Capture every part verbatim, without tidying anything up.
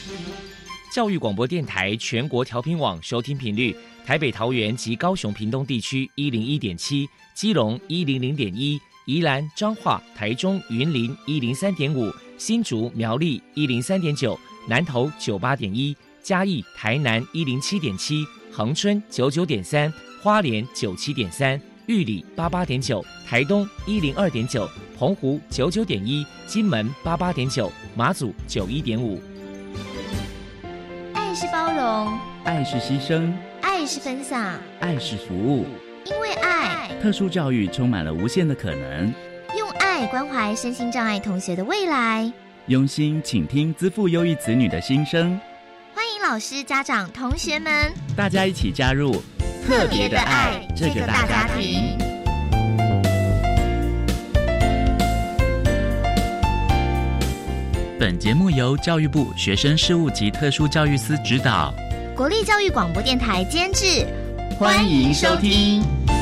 教育广播电台全国调频网收听频率：台北、桃园及高雄屏东地区一零一点七，基隆一零零点一，宜兰、彰化、台中、云林一零三点五，新竹、苗栗一零三点九，南投九八点一，嘉义、台南一零七点七，恒春九九点三，花莲九七点三，玉里八八点九，台东一零二点九，澎湖九九点一，金门八八点九，马祖九一点五。 爱是包容， 爱是牺牲， 爱是分享， 爱是服务。 因为爱， 特殊教育充满了无限的可能。 用爱关怀身心障碍同学的未来， 用心倾听资赋优异子女的心声。 欢迎老师、家长、同学们， 大家一起加入特别的爱这个大家庭。 本节目由教育部学生事务及特殊教育司指导， 国立教育广播电台监制， 欢迎收听。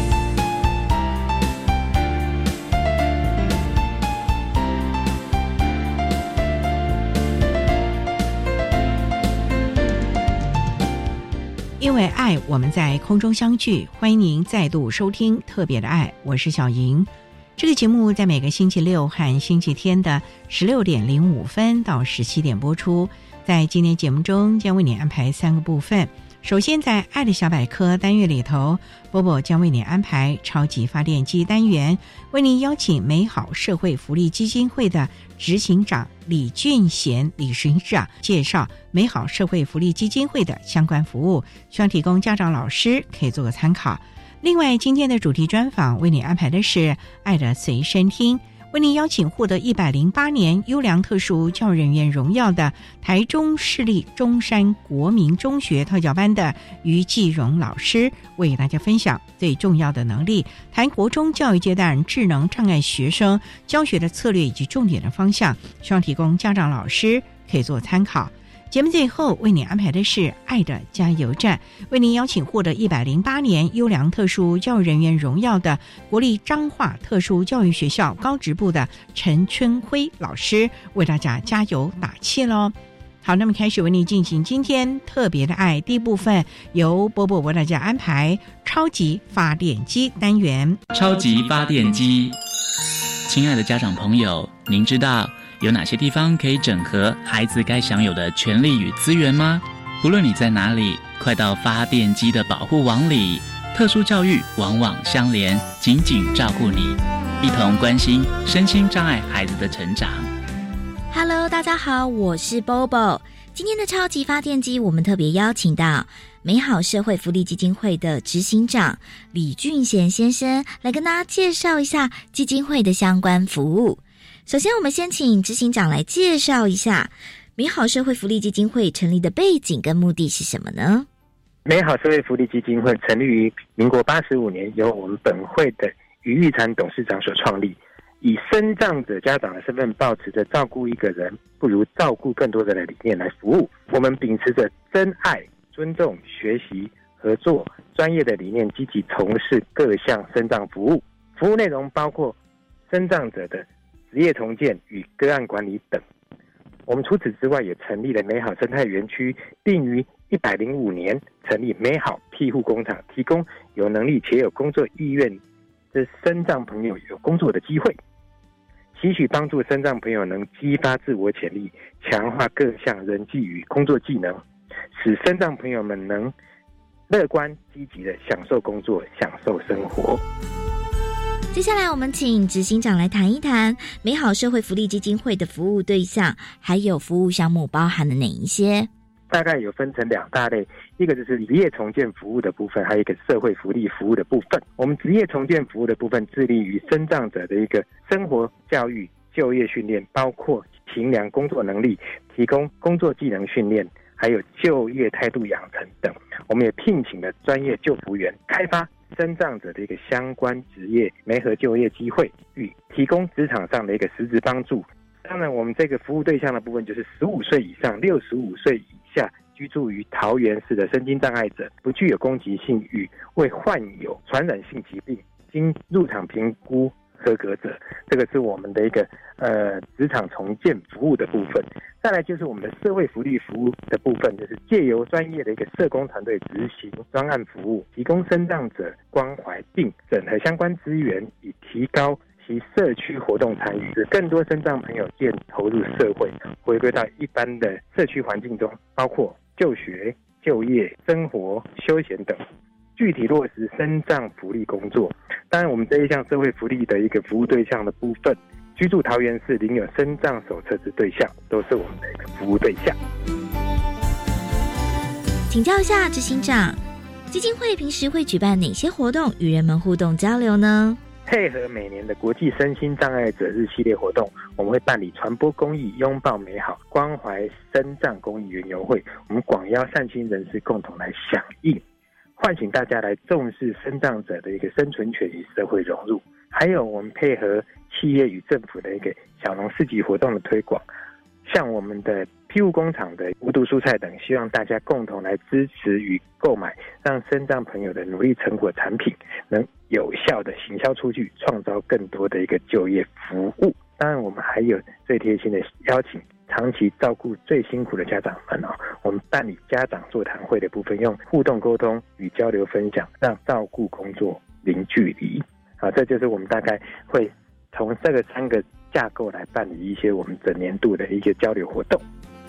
因为爱，我们在空中相聚，欢迎您再度收听特别的爱，我是小莹。这个节目在每个星期六和星期天的十六点零五分到十七点播出。在今天节目中将为你安排三个部分。首先在爱的小百科单元里头，波波将为你安排超级发电机单元，为您邀请美好社会福利基金会的执行长李俊贤理事长介绍美好社会福利基金会的相关服务，希望提供家长老师可以做个参考。另外，今天的主题专访为你安排的是爱的随身听，为您邀请获得一百零八年优良特殊教育人员荣耀的台中市立中山国民中学特教班的于继荣老师，为大家分享最重要的能力，谈国中教育阶段智能障碍学生教学的策略以及重点的方向，希望提供家长老师可以做参考。节目最后为你安排的是爱的加油站，为您邀请获得一百零八年优良特殊教育人员荣耀的国立彰化特殊教育学校高职部的陈春辉老师，为大家加油打气咯。好，那么开始为您进行今天特别的爱第一部分，由波波为大家安排超级发电机单元。 超级发电机，亲爱的家长朋友，您知道有哪些地方可以整合孩子该享有的权利与资源吗？无论你在哪里，快到发电机的保护网里，特殊教育网网相连，紧紧照顾你，一同关心身心障碍孩子的成长。 Hello， 大家好，我是 Bobo。今天的超级发电机，我们特别邀请到美好社会福利基金会的执行长李俊贤先生来跟大家介绍一下基金会的相关服务。首先，我们先请执行长来介绍一下美好社会福利基金会成立的背景跟目的是什么呢？ 美好社会福利基金会成立于民国八十五年，由我们本会的于玉婵董事长所创立，以身障者家长的身份，抱持着照顾一个人不如照顾更多人的理念来服务。我们秉持着真爱、尊重、学习、合作、专业的理念，积极从事各项身障服务。服务内容包括身障者的职业重建与个案管理等。我们除此之外，也成立了美好生态园区，并于一百零五年成立美好庇护工厂，提供有能力且有工作意愿的身障朋友有工作的机会，期许帮助身障朋友能激发自我潜力，强化各项人际与工作技能，使身障朋友们能乐观积极的享受工作，享受生活。 接下来我们请执行长来谈一谈美好社会福利基金会的服务对象，还有服务项目包含了哪一些？ 大概有分成两大类，一个就是职业重建服务的部分，还有一个社会福利服务的部分。我们职业重建服务的部分致力于身障者的一个生活教育、就业训练，包括评量工作能力，提供工作技能训练，还有就业态度养成等。我们也聘请了专业就服员，开发身障者的一个相关职业媒合就业机会，与提供职场上的一个实质帮助。当然，我们这个服务对象的部分就是十五岁以上、六十五岁以下居住于桃园市的身心障碍者，不具有攻击性与未患有传染性疾病，经入场评估合格者，这个是我们的一个呃职场重建服务的部分。再来就是我们的社会福利服务的部分，就是借由专业的一个社工团队执行专案服务，提供身障者关怀并整合相关资源，以提高其社区活动参与，使更多身障朋友渐投入社会，回归到一般的社区环境中，包括就学、就业、生活、休闲等，具体落实身障福利工作。当然，我们这一项社会福利的一个服务对象的部分，居住桃园市领有身障手册之对象，都是我们的一个服务对象。 请教一下执行长，基金会平时会举办哪些活动与人们互动交流呢？ 配合每年的国际身心障碍者日系列活动，我们会办理传播公益、拥抱美好、关怀身障公益园游会，我们广邀善心人士共同来响应，唤醒大家来重视身障者的一个生存权与社会融入。还有我们配合企业与政府的一个小农市集活动的推广，像我们的批物工厂的无毒蔬菜等，希望大家共同来支持与购买，让身障朋友的努力成果产品能有效的行销出去，创造更多的一个就业服务。当然我们还有最贴心的邀请长期照顾最辛苦的家长们哦，我们办理家长座谈会的部分，用互动沟通与交流分享，让照顾工作零距离。好，这就是我们大概会从这个三个架构来办理一些我们整年度的一些交流活动。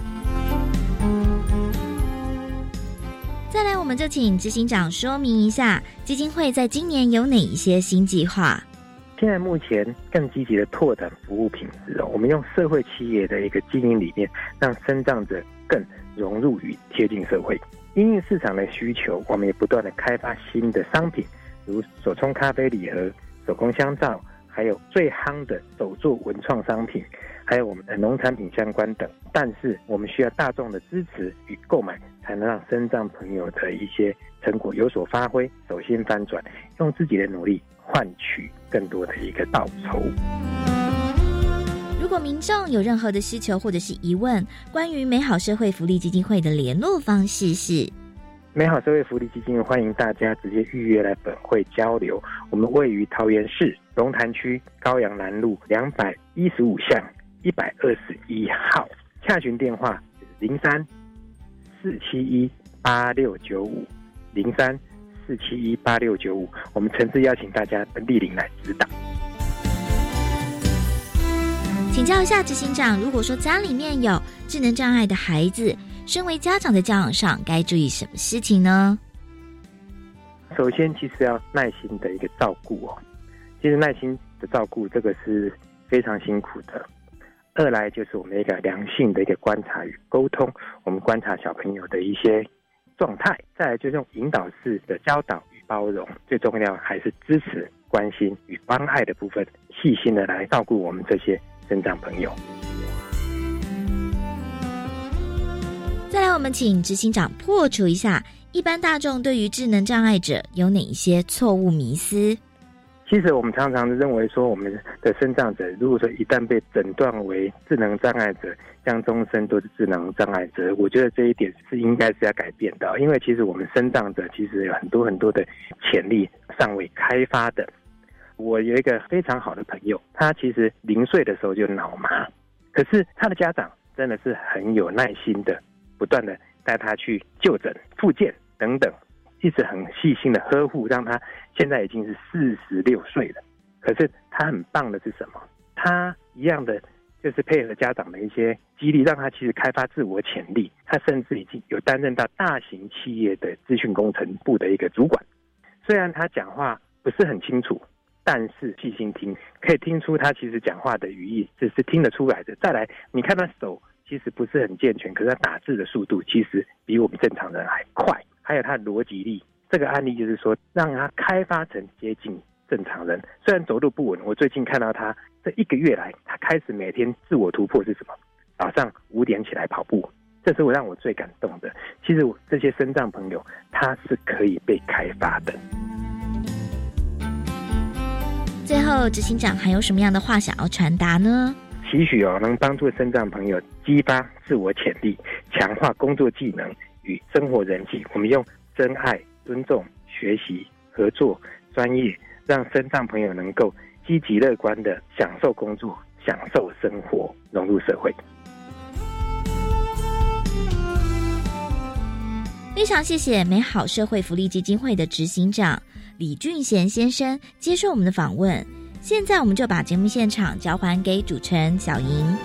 再来，我们就请执行长说明一下基金会在今年有哪一些新计划。 现在目前更积极的拓展服务品质哦，我们用社会企业的一个经营理念，让身障者更融入与贴近社会。因应市场的需求，我们也不断的开发新的商品，如手冲咖啡礼盒、手工香皂，还有最夯的手作文创商品，还有我们的农产品相关等。但是我们需要大众的支持与购买，才能让身障朋友的一些成果有所发挥，手心翻转，用自己的努力换取更多的一个报酬。 如果民众有任何的需求或者是疑问，关于美好社会福利基金会的联络方式是美好社会福利基金会，欢迎大家直接预约来本会交流。我们位于桃园市龙潭区高阳南路两百一十五巷一百二十一号，洽询电话零三四七一八六九五零三四七一八六九五，我们诚挚邀请大家莅临来指导。 请教一下执行长，如果说家里面有智能障碍的孩子，身为家长的教养上该注意什么事情呢？ 首先其实要耐心的一个照顾哦，其实耐心的照顾这个是非常辛苦的。二来就是我们一个良性的一个观察与沟通，我们观察小朋友的一些状态。再来就是用引导式的教导与包容，最重要还是支持、关心与关爱的部分，细心的来照顾我们这些身障朋友。 再来，我们请执行长破除一下一般大众对于智能障碍者有哪一些错误迷思。 其实我们常常认为说，我们的身障者如果说一旦被诊断为智能障碍者，将终身都是智能障碍者，我觉得这一点是应该是要改变的。因为其实我们身障者其实有很多很多的潜力尚未开发的。我有一个非常好的朋友，他其实零岁的时候就脑麻，可是他的家长真的是很有耐心的，不断的带他去就诊、复健等等，一直很细心的呵护，让他现在已经是四十六岁了。可是他很棒的是什么？他一样的就是配合家长的一些激励，让他其实开发自我潜力。他甚至已经有担任到大型企业的资讯工程部的一个主管。虽然他讲话不是很清楚，但是细心听，可以听出他其实讲话的语义这是听得出来的。再来，你看他手其实不是很健全，可是他打字的速度其实比我们正常人还快。还有他的逻辑力，这个案例就是说让他开发成接近正常人。虽然走路不稳，我最近看到他这一个月来，他开始每天自我突破是什么？早上五点起来跑步，这是我让我最感动的。其实我这些身障朋友，他是可以被开发的。 最后，执行长还有什么样的话想要传达呢？ 期许哦，能帮助身障朋友激发自我潜力，强化工作技能与生活人际。我们用真爱、尊重、学习、合作、专业，让身障朋友能够积极乐观的享受工作、享受生活，融入社会。 非常谢谢美好社会福利基金会的执行长李俊贤先生接受我们的访问。现在我们就把节目现场交还给主持人小莹。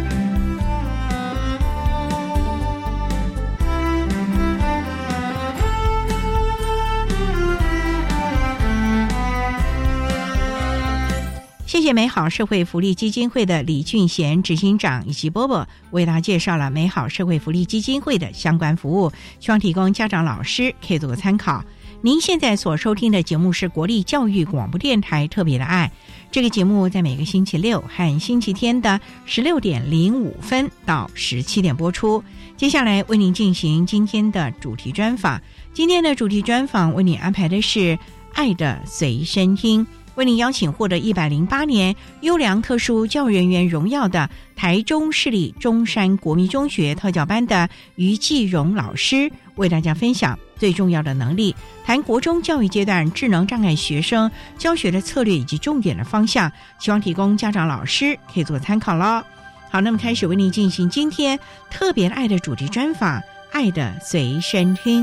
谢谢美好社会福利基金会的李俊贤执行长以及波波为大家介绍了美好社会福利基金会的相关服务，希望提供家长老师可以做个参考。您现在所收听的节目是国立教育广播电台特别的爱，这个节目在每个星期六和星期天的十六点零五分到十七点播出。接下来为您进行今天的主题专访，今天的主题专访为您安排的是爱的随身听，为您邀请获得一百零八年优良特殊教育人员荣耀的台中市立中山国民中学特教班的于继荣老师，为大家分享最重要的能力，谈国中教育阶段智能障碍学生教学的策略以及重点的方向，希望提供家长老师可以做参考咯。好，那么开始为您进行今天特别爱的主题专访，爱的随身听。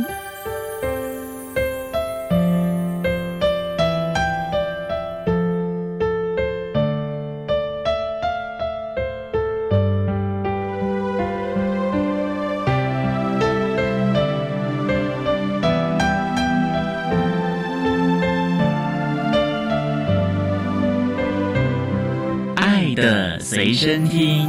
的随身听。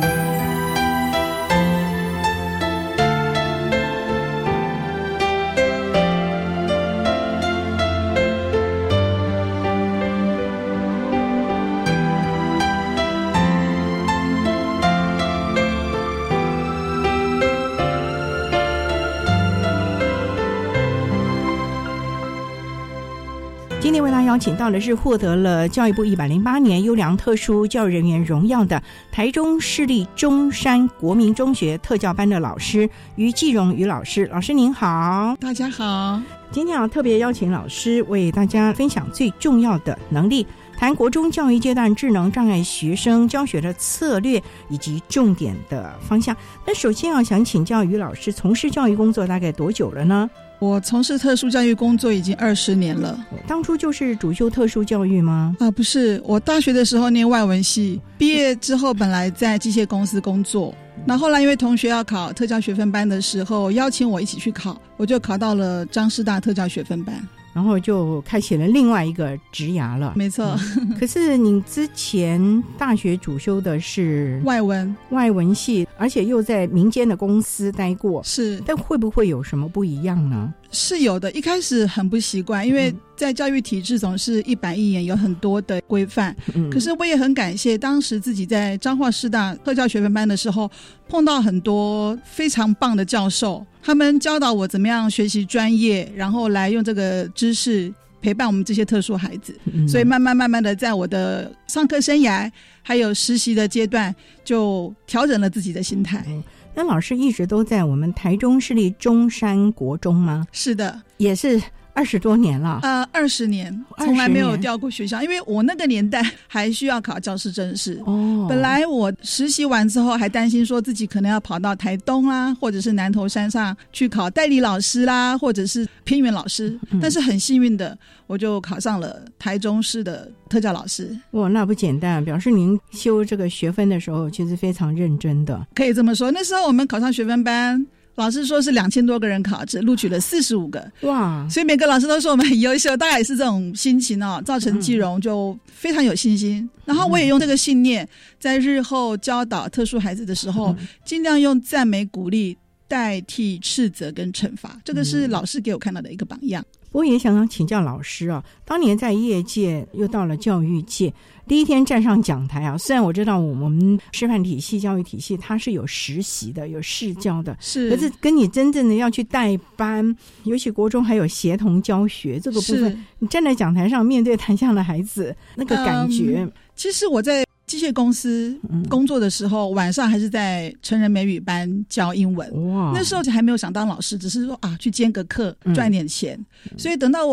今天为大家邀请到的是获得了教育部一百零八年优良特殊教育人员荣耀的台中市立中山国民中学特教班的老师于继荣于老师。老师您好。 大家好。 今天要特别邀请老师为大家分享最重要的能力，谈国中教育阶段智能障碍学生教学的策略以及重点的方向。那首先要想请教于老师，从事教育工作大概多久了呢？ 我从事特殊教育工作已经二十年了。 当初就是主修特殊教育吗？ 啊，不是，我大学的时候念外文系，毕业之后本来在机械公司工作，那后来因为同学要考特教学分班的时候邀请我一起去考，我就考到了彰师大特教学分班， 然后就开启了另外一个职涯了。 没错、 嗯、可是你之前大学主修的是外文外文系，而且又在民间的公司待过， 是， 但会不会有什么不一样呢？ 是有的，一开始很不习惯，因为在教育体制总是一板一眼，有很多的规范、嗯、可是我也很感谢当时自己在彰化师大特教学分班的时候碰到很多非常棒的教授，他们教导我怎么样学习专业，然后来用这个知识陪伴我们这些特殊孩子、嗯、所以慢慢慢慢的在我的上课生涯还有实习的阶段就调整了自己的心态、嗯， 那老师一直都在我们台中市立中山国中吗？ 是的， 也是二十多年了。 呃，二十年，从来没有调过学校，因为我那个年代还需要考教师证试。哦，本来我实习完之后还担心说自己可能要跑到台东啦，或者是南投山上去考代理老师啦，或者是偏远老师、嗯、但是很幸运的我就考上了台中市的特教老师。哇， 那不简单，表示您修这个学分的时候其实非常认真的。 可以这么说，那时候我们考上学分班，老师说是两千多个人考，只录取了四十五个。哇！所以每个老师都说我们很优秀，大概也是这种心情哦，造成继荣就非常有信心、嗯。然后我也用这个信念，在日后教导特殊孩子的时候，嗯、尽量用赞美鼓励代替斥责跟惩罚，这个是老师给我看到的一个榜样。 我也想请教老师啊，当年在业界又到了教育界，第一天站上讲台啊，虽然我知道我们师范体系教育体系它是有实习的有试教的，是，可是跟你真正的要去带班，尤其国中还有协同教学这个部分，你站在讲台上面对台下的孩子那个感觉、嗯、 其实我在机械公司工作的时候、嗯、晚上还是在成人美语班教英文。哇，那时候还没有想当老师，只是说啊去兼个课赚点钱、嗯、所以等到我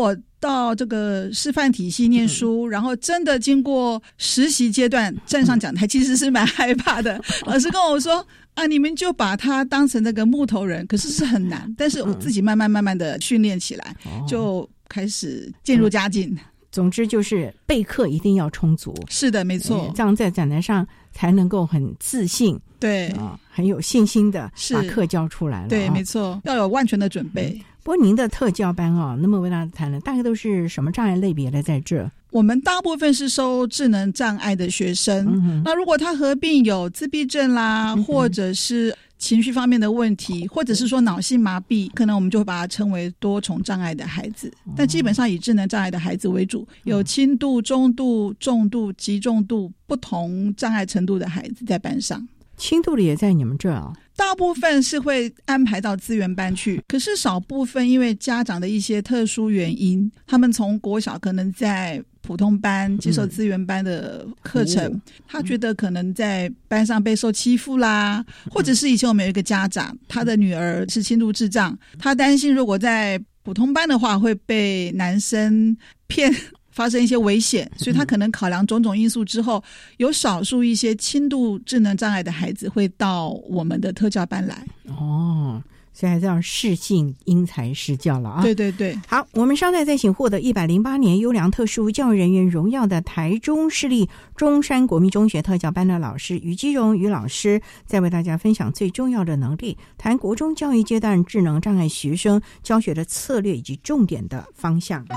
到这个师范体系念书，嗯、然后真的经过实习阶段站上讲台，其实是蛮害怕的。老师跟我说啊，你们就把它当成那个木头人，可是是很难。但是我自己慢慢慢慢的训练起来，嗯、就开始渐入佳境。嗯总之就是备课一定要充足， 是的，没错， 这样在讲台上才能够很自信， 对啊，很有信心的把课教出来了。 对，没错，要有万全的准备。 嗯、不过您的特教班啊，那么为大家谈了，大概都是什么障碍类别的在这？ 我们大部分是收智能障碍的学生，嗯、那如果他合并有自闭症啦，嗯、或者是情绪方面的问题，或者是说脑性麻痹，可能我们就会把它称为多重障碍的孩子，但基本上以智能障碍的孩子为主，有轻度、中度、重度、极重度不同障碍程度的孩子在班上。 轻度的也在你们这啊？ 大部分是会安排到资源班去，可是少部分因为家长的一些特殊原因，他们从国小可能在普通班接受资源班的课程，嗯、他觉得可能在班上备受欺负啦，嗯、或者是以前我们有一个家长，他的女儿是轻度智障，他担心如果在普通班的话会被男生骗，发生一些危险，所以他可能考量种种因素之后，有少数一些轻度智能障碍的孩子会到我们的特教班来。 哦，所以还是要适性因材施教了啊！ 对对对， 好，我们稍待再请获得一百零八年优良特殊教育人员荣耀的台中市立中山国民中学特教班的老师于基荣于老师，再为大家分享最重要的能力，谈国中教育阶段智能障碍学生教学的策略以及重点的方向。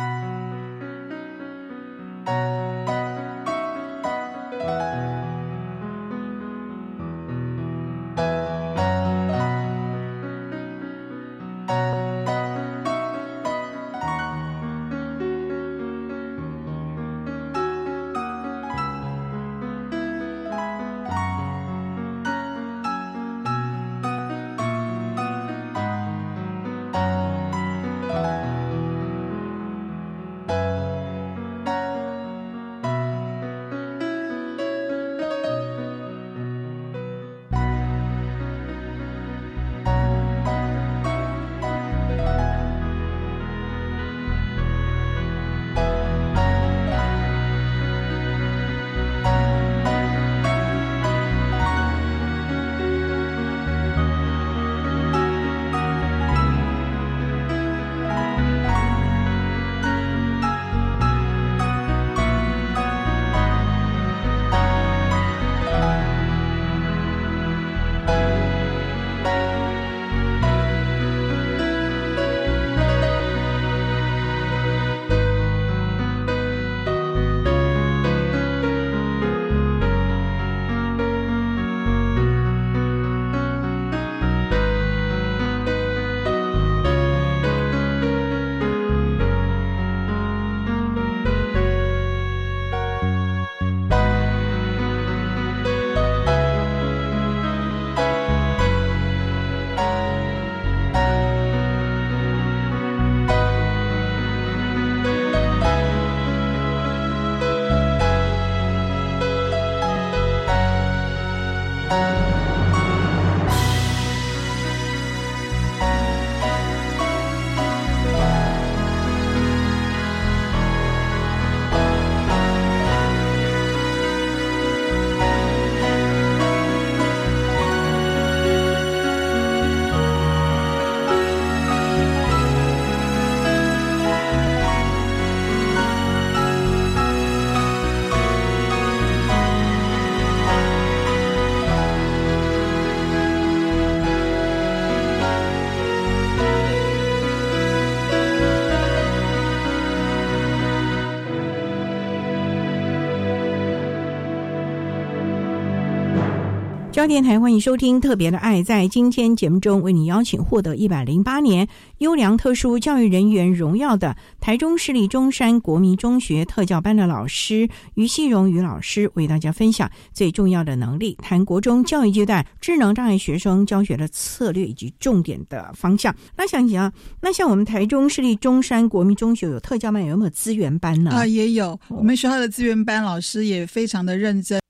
中央电台欢迎收听特别的爱，在今天节目中为你邀请获得一百零八年优良特殊教育人员荣耀的台中市立中山国民中学特教班的老师于细荣于老师，为大家分享最重要的能力，谈国中教育阶段智能障碍学生教学的策略以及重点的方向。那想想那像我们台中市立中山国民中学有特教班，有没有资源班呢？ 啊，也有，我们学校的资源班老师也非常的认真，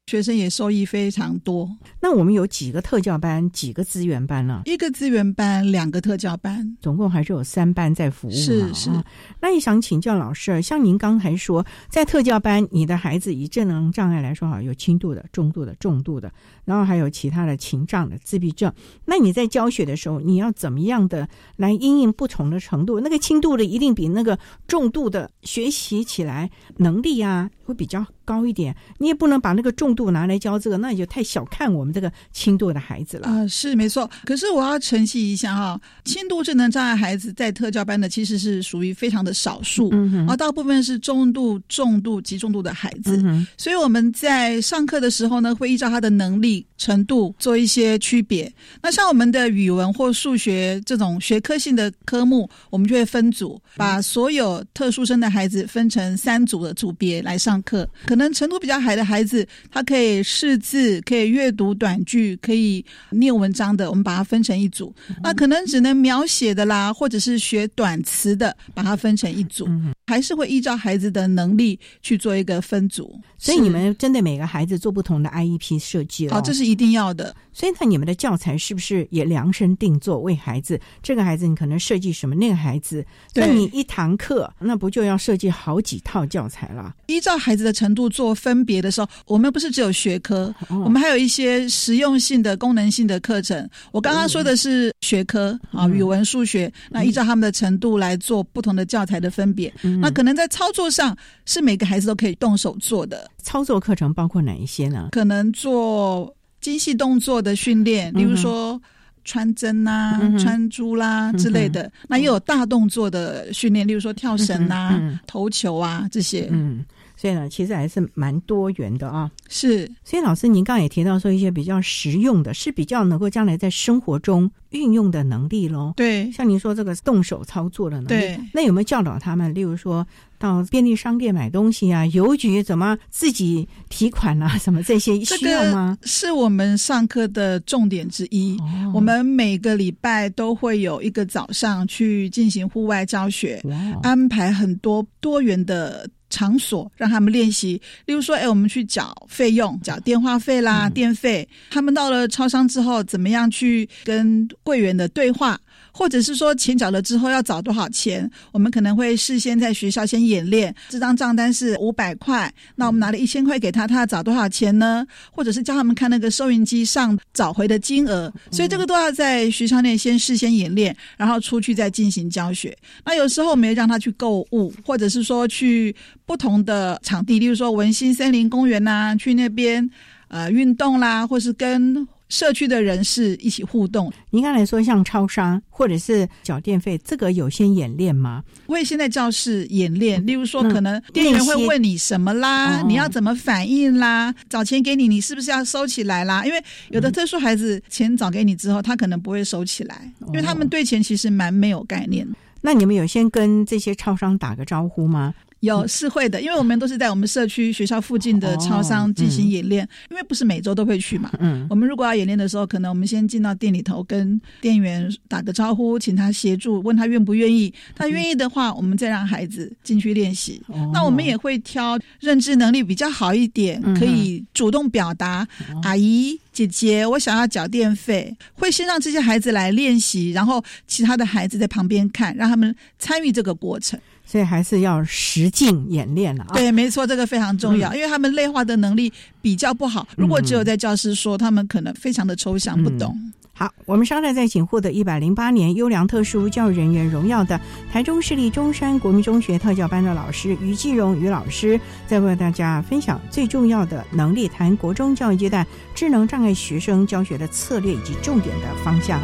学生也受益非常多。 那我们有几个特教班，几个资源班呢？ 一个资源班，两个特教班， 总共还是有三班在服务嘛。 是是、 啊。那也想请教老师，像您刚才说，在特教班，你的孩子以智能障碍来说，哈，有轻度的、中度的、重度的，然后还有其他的情障的、自闭症。那你在教学的时候，你要怎么样的来因应不同的程度？那个轻度的一定比那个重度的学习起来能力啊会比较高一点，你也不能把那个重度拿来教这个，那你就太小看我们这个轻度的孩子了。 啊、呃，是没错。可是我要澄清一下哈、哦，轻度智能障碍孩子在特教班的其实是属于非常的少数，嗯，而大部分是中度、重度、极重度的孩子、嗯。所以我们在上课的时候呢，会依照他的能力程度做一些区别。那像我们的语文或数学这种学科性的科目，我们就会分组，把所有特殊生的孩子分成三组的组别来上课。可能程度比较好的孩子，他可以识字，可以阅读短句，可以念文章的，我们把它分成一组。那可能只能描写的啦，或者是学短词的，把它分成一组。还是会依照孩子的能力去做一个分组。 所以你们针对每个孩子做不同的 I E P 设计了。 好、哦，这是一定要的。 所以那你们的教材是不是也量身定做为孩子？这个孩子你可能设计什么，那个孩子，那你一堂课那不就要设计好几套教材了？ 依照孩子的程度做分别的时候，我们不是只有学科、哦、我们还有一些实用性的功能性的课程。我刚刚说的是学科、嗯、啊，语文数学，那依照他们的程度来做不同的教材的分别、嗯、那可能在操作上是每个孩子都可以动手做的。 操作课程包括哪一些呢？ 可能做精细动作的训练，例如说穿针啊、嗯、穿珠啦、嗯、之类的。那也有大动作的训练，例如说跳绳啊、嗯、投球啊这些。 嗯，所以呢，其实还是蛮多元的啊。 是， 所以老师您刚才也提到说一些比较实用的，是比较能够将来在生活中运用的能力咯。 对， 像您说这个动手操作的能力， 对， 那有没有教导他们，例如说到便利商店买东西啊，邮局怎么自己提款啊，什么这些需要吗？ 这个是我们上课的重点之一、哦、我们每个礼拜都会有一个早上去进行户外教学，安排很多多元的场所让他们练习。例如说哎，我们去缴费用，缴电话费啦、嗯、电费，他们到了超商之后怎么样去跟柜员的对话，或者是说钱缴了之后要找多少钱，我们可能会事先在学校先演练，这张账单是五百块，那我们拿了一千块给他，他要找多少钱呢？或者是教他们看那个收银机上找回的金额，所以这个都要在学校内先事先演练，然后出去再进行教学。那有时候我们也让他去购物，或者是说去不同的场地，例如说文心森林公园啊，去那边呃运动啦，或是跟社区的人士一起互动。 您刚才说像超商或者是缴电费，这个有先演练吗？ 会先在教室演练，例如说可能店员会问你什么啦、嗯、你要怎么反应啦，找钱给你你是不是要收起来啦，因为有的特殊孩子钱找给你之后他可能不会收起来，因为他们对钱其实蛮没有概念。 那你们有先跟这些超商打个招呼吗？ 有，是会的，因为我们都是在我们社区学校附近的超商进行演练、哦嗯、因为不是每周都会去嘛。嗯，我们如果要演练的时候，可能我们先进到店里头跟店员打个招呼，请他协助，问他愿不愿意，他愿意的话我们再让孩子进去练习、哦、那我们也会挑认知能力比较好一点、嗯、可以主动表达、哦、阿姨姐姐我想要缴电费，会先让这些孩子来练习，然后其他的孩子在旁边看，让他们参与这个过程。 所以还是要实境演练了啊！ 对，没错，这个非常重要、嗯、因为他们类化的能力比较不好，如果只有在教室说、嗯、他们可能非常的抽象不懂、嗯、 好，我们稍待再请获得一百零八年优良特殊教育人员荣耀的台中市立中山国民中学特教班的老师于继荣于老师，再为大家分享最重要的能力，谈国中教育阶段智能障碍学生教学的策略以及重点的方向。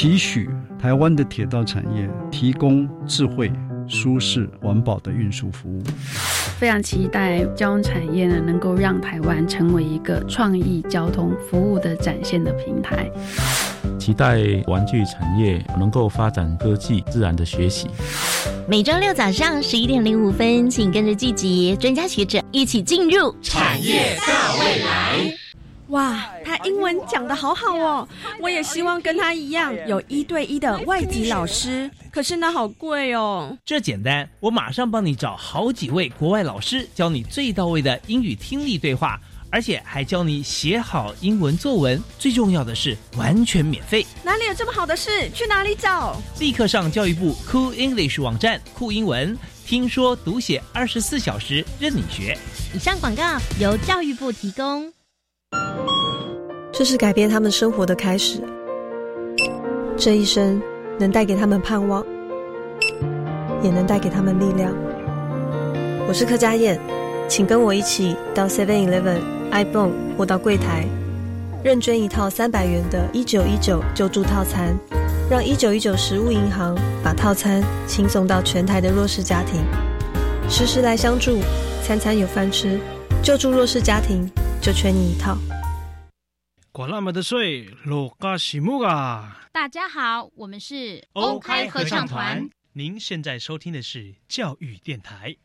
期许台湾的铁道产业提供智慧、舒适、环保的运输服务。 非常期待交通产业呢，能够让台湾成为一个创意交通服务的展现的平台。 期待玩具产业能够发展科技、自然的学习。 每周六早上十一点零五分，请跟着季节专家学者一起进入产业大未来。 哇，他英文讲得好好哦！我也希望跟他一样有一对一的外籍老师，可是那好贵哦。 这简单，我马上帮你找好几位国外老师，教你最到位的英语听力对话，而且还教你写好英文作文。最重要的是，完全免费。 哪里有这么好的事？去哪里找？ 立刻上教育部 Cool English 网站，酷英文，听说读写二十四小时任你学。 以上广告由教育部提供。 这是改变他们生活的开始，这一生能带给他们盼望，也能带给他们力量。我是柯佳燕，请跟我一起到 seven eleven、iPhone 或到柜台，认捐一套三百元的一九一九救助套餐，让一九一九食物银行把套餐轻送到全台的弱势家庭。时时来相助，餐餐有饭吃，救助弱势家庭就缺你一套。 管那么的水，落嘎西木啊！ 大家好，我们是欧开合唱团。您现在收听的是教育电台。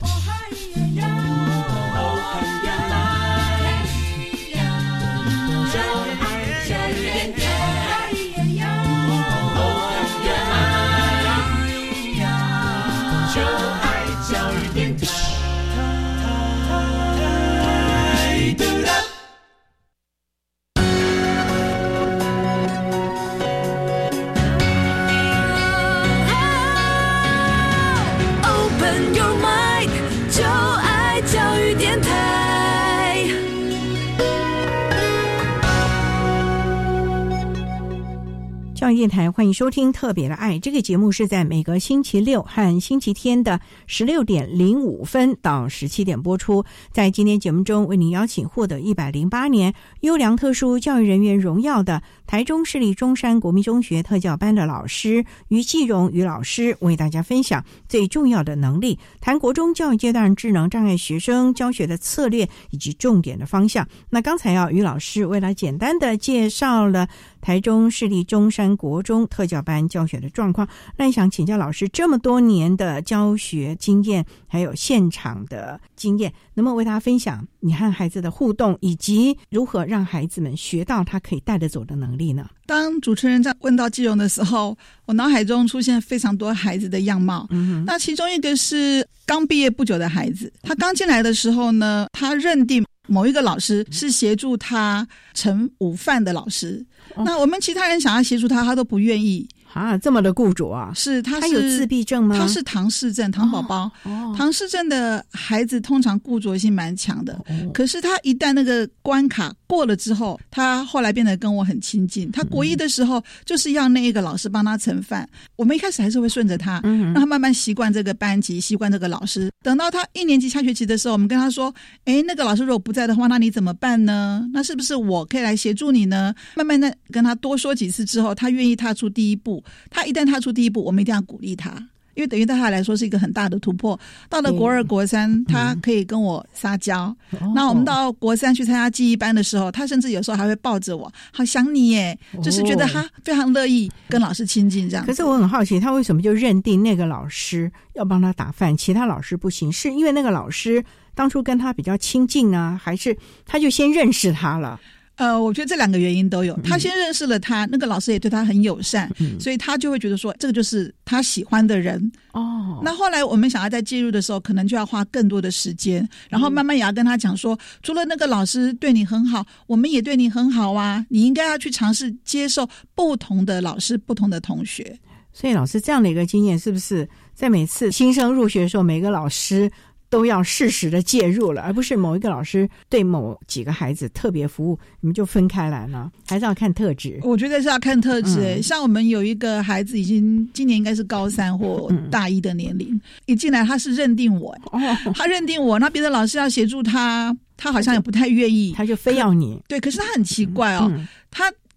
教育电台，欢迎收听特别的爱。这个节目是在每个星期六和星期天的十六点零五分到十七点播出。在今天节目中，为您邀请获得一百零八年优良特殊教育人员荣耀的台中市立中山国民中学特教班的老师于继荣于老师，为大家分享最重要的能力，谈国中教育阶段智能障碍学生教学的策略以及重点的方向。那刚才啊，于老师为了简单的介绍了台中市立中山国中特教班教学的状况，那想请教老师，这么多年的教学经验还有现场的经验，能不能为大家分享你和孩子的互动，以及如何让孩子们学到他可以带得走的能力呢？ 当主持人在问到继荣的时候，我脑海中出现非常多孩子的样貌。嗯，那其中一个是刚毕业不久的孩子，他刚进来的时候呢，他认定某一个老师是协助他盛午饭的老师，哦，那我们其他人想要协助他，他都不愿意。 啊，这么的固着啊！ 是，他是他有自闭症吗？ 他是唐氏症，唐宝宝。哦，唐氏症的孩子通常固着性蛮强的，哦，可是他一旦那个关卡过了之后，他后来变得跟我很亲近。他国一的时候就是要那一个老师帮他盛饭，嗯，我们一开始还是会顺着他，嗯，让他慢慢习惯这个班级，习惯这个老师。等到他一年级下学期的时候，我们跟他说：“哎，那个老师如果不在的话，那你怎么办呢？那是不是我可以来协助你呢？”慢慢的跟他多说几次之后，他愿意踏出第一步。他一旦踏出第一步，我们一定要鼓励他，因为等于对他来说是一个很大的突破。到了国二国三，嗯，他可以跟我撒娇，嗯，那我们到国三去参加记忆班的时候，他甚至有时候还会抱着我，好想你耶，哦，就是觉得他非常乐意跟老师亲近这样。 可是我很好奇，他为什么就认定那个老师要帮他打饭，其他老师不行？是因为那个老师当初跟他比较亲近啊，还是他就先认识他了？ 呃，我觉得这两个原因都有。他先认识了他，嗯，那个老师也对他很友善，嗯，所以他就会觉得说这个就是他喜欢的人。哦，那后来我们想要再介入的时候，可能就要花更多的时间，然后慢慢也要跟他讲说，嗯，除了那个老师对你很好，我们也对你很好啊，你应该要去尝试接受不同的老师、不同的同学。 所以老师这样的一个经验，是不是在每次新生入学的时候，每个老师都要适时的介入了，而不是某一个老师对某几个孩子特别服务，你们就分开来了？还是要看特质？我觉得是要看特质，欸嗯，像我们有一个孩子已经今年应该是高三或大一的年龄，嗯，一进来他是认定我，哦，他认定我，那别的老师要协助他，他好像也不太愿意， 他就非要你。 对，可是他很奇怪哦，嗯嗯，他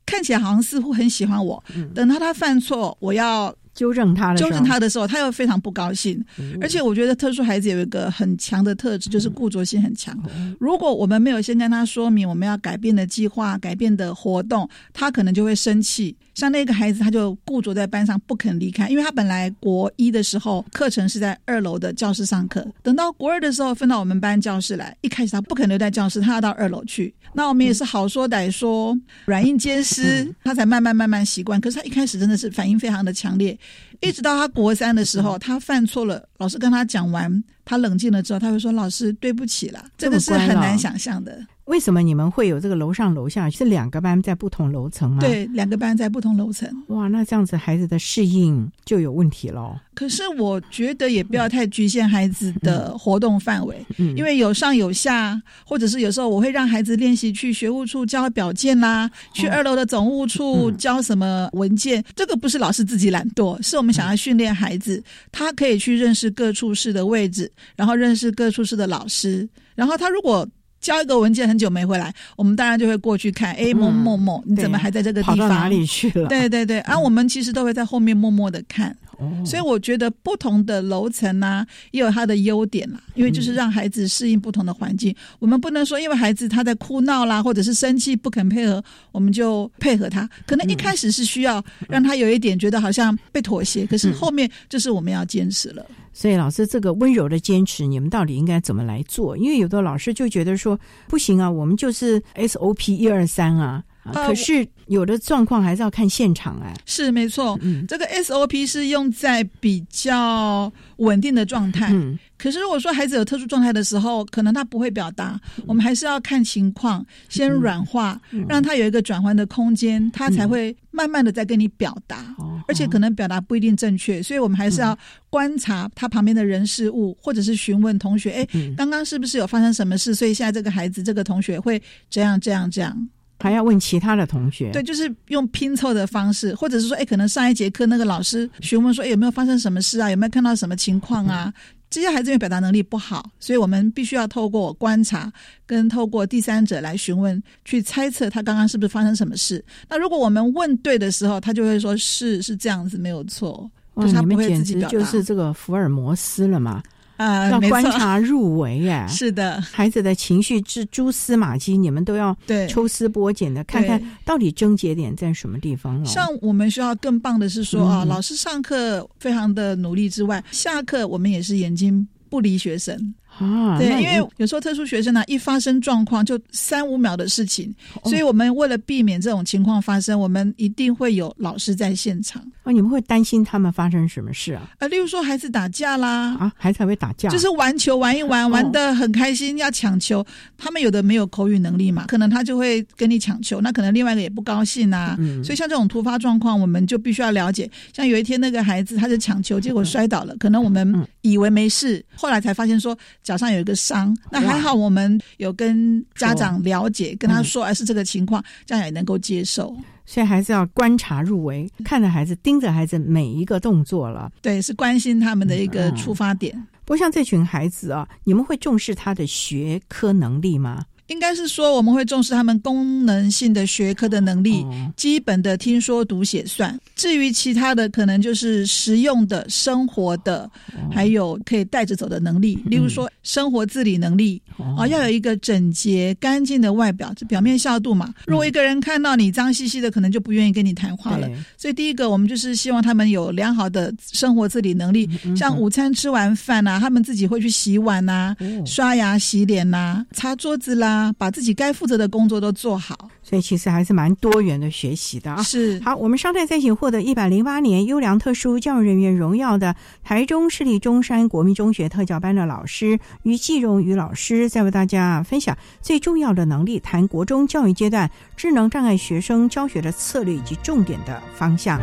看起来好像似乎很喜欢我，嗯、等到他犯错，我要纠正他的纠正他的时候，他又非常不高兴。嗯、而且我觉得特殊孩子有一个很强的特质，就是固着性很强。嗯、如果我们没有先跟他说明我们要改变的计划、改变的活动，他可能就会生气。像那个孩子，他就固着在班上不肯离开，因为他本来国一的时候课程是在二楼的教室上课，等到国二的时候分到我们班教室来，一开始他不肯留在教室，他要到二楼去。那我们也是好说歹说，软硬兼施，他才慢慢慢慢习惯。可是他一开始真的是反应非常的强烈，一直到他国三的时候，他犯错了，老师跟他讲完，他冷静了之后，他会说：“老师，对不起啦。”这个是很难想象的。 为什么你们会有这个楼上楼下是两个班在不同楼层吗？ 对，两个班在不同楼层。 哇，那这样子孩子的适应就有问题了。 可是我觉得也不要太局限孩子的活动范围，嗯、因为有上有下，或者是有时候我会让孩子练习去学务处交表件啦，哦、去二楼的总务处交什么文件。嗯、这个不是老师自己懒惰，是我们想要训练孩子，他可以去认识各处室的位置，然后认识各处室的老师，然后他如果交一个文件很久没回来，我们当然就会过去看，哎，某某某，你怎么还在这个地方？ 跑到哪里去了？ 对对对，啊，我们其实都会在后面默默的看。哦、所以我觉得不同的楼层啊也有它的优点啦，因为就是让孩子适应不同的环境。嗯、我们不能说因为孩子他在哭闹啦，或者是生气不肯配合，我们就配合他。可能一开始是需要让他有一点觉得好像被妥协，可是后面就是我们要坚持了。 所以老师，这个温柔的坚持你们到底应该怎么来做？因为有的老师就觉得说不行啊，我们就是 S O P 一二三啊，啊可是有的状况还是要看现场。哎， 是没错，嗯、这个 S O P 是用在比较稳定的状态。嗯，可是如果说孩子有特殊状态的时候，可能他不会表达，嗯、我们还是要看情况，先软化，嗯、让他有一个转换的空间，他才会慢慢的再跟你表达。嗯、而且可能表达不一定正确，所以我们还是要观察他旁边的人事物，或者是询问同学，哎，嗯、刚刚是不是有发生什么事？所以现在这个孩子这个同学会这样这样这样。 还要问其他的同学， 对，就是用拼凑的方式，或者是说，哎，可能上一节课那个老师询问说，哎，有没有发生什么事啊？有没有看到什么情况啊？嗯、这些孩子因为表达能力不好，所以我们必须要透过观察，跟透过第三者来询问，去猜测他刚刚是不是发生什么事。那如果我们问对的时候，他就会说是是这样子，没有错，就是他不会自己表达。 你们简直就是这个福尔摩斯了嘛。 啊， 要观察入微耶， 是的， 孩子的情绪之蛛丝马迹，你们都要抽丝剥茧的看看到底症结点在什么地方。 像我们学校更棒的是说、嗯、啊，老师上课非常的努力之外，下课我们也是眼睛不离学生。啊，对，因为有时候特殊学生呢、啊，一发生状况就三五秒的事情，哦、所以我们为了避免这种情况发生，我们一定会有老师在现场。 哦，你们会担心他们发生什么事啊？ 呃，例如说孩子打架啦， 啊，孩子还会打架， 就是玩球玩一玩，哦、玩得很开心，要抢球，他们有的没有口语能力嘛，可能他就会跟你抢球，那可能另外一个也不高兴啊，嗯、所以像这种突发状况，我们就必须要了解。像有一天那个孩子他是抢球，结果摔倒了，可能我们以为没事，后来才发现说脚上有一个伤。那还好我们有跟家长了解，跟他说，哎，是这个情况，这样也能够接受。 所以还是要观察入微，看着孩子，盯着孩子每一个动作了。 对，是关心他们的一个出发点。 嗯、不过像这群孩子啊，你们会重视他的学科能力吗？ 应该是说我们会重视他们功能性的学科的能力，哦、基本的听说读写算。至于其他的，可能就是实用的、生活的，哦、还有可以带着走的能力。例如说生活自理能力，嗯、啊，要有一个整洁干净的外表，这表面效度嘛。如果一个人看到你脏兮兮的，可能就不愿意跟你谈话了。所以第一个，我们就是希望他们有良好的生活自理能力，嗯、像午餐吃完饭啊，他们自己会去洗碗啊、哦、刷牙、洗脸啊、擦桌子啦。把自己该负责的工作都做好， 所以其实还是蛮多元的学习的啊。 是， 好，我们稍待再请获得一百零八年优良特殊教育人员荣耀的台中市立中山国民中学特教班的老师于继荣于老师，再为大家分享最重要的能力，谈国中教育阶段智能障碍学生教学的策略以及重点的方向。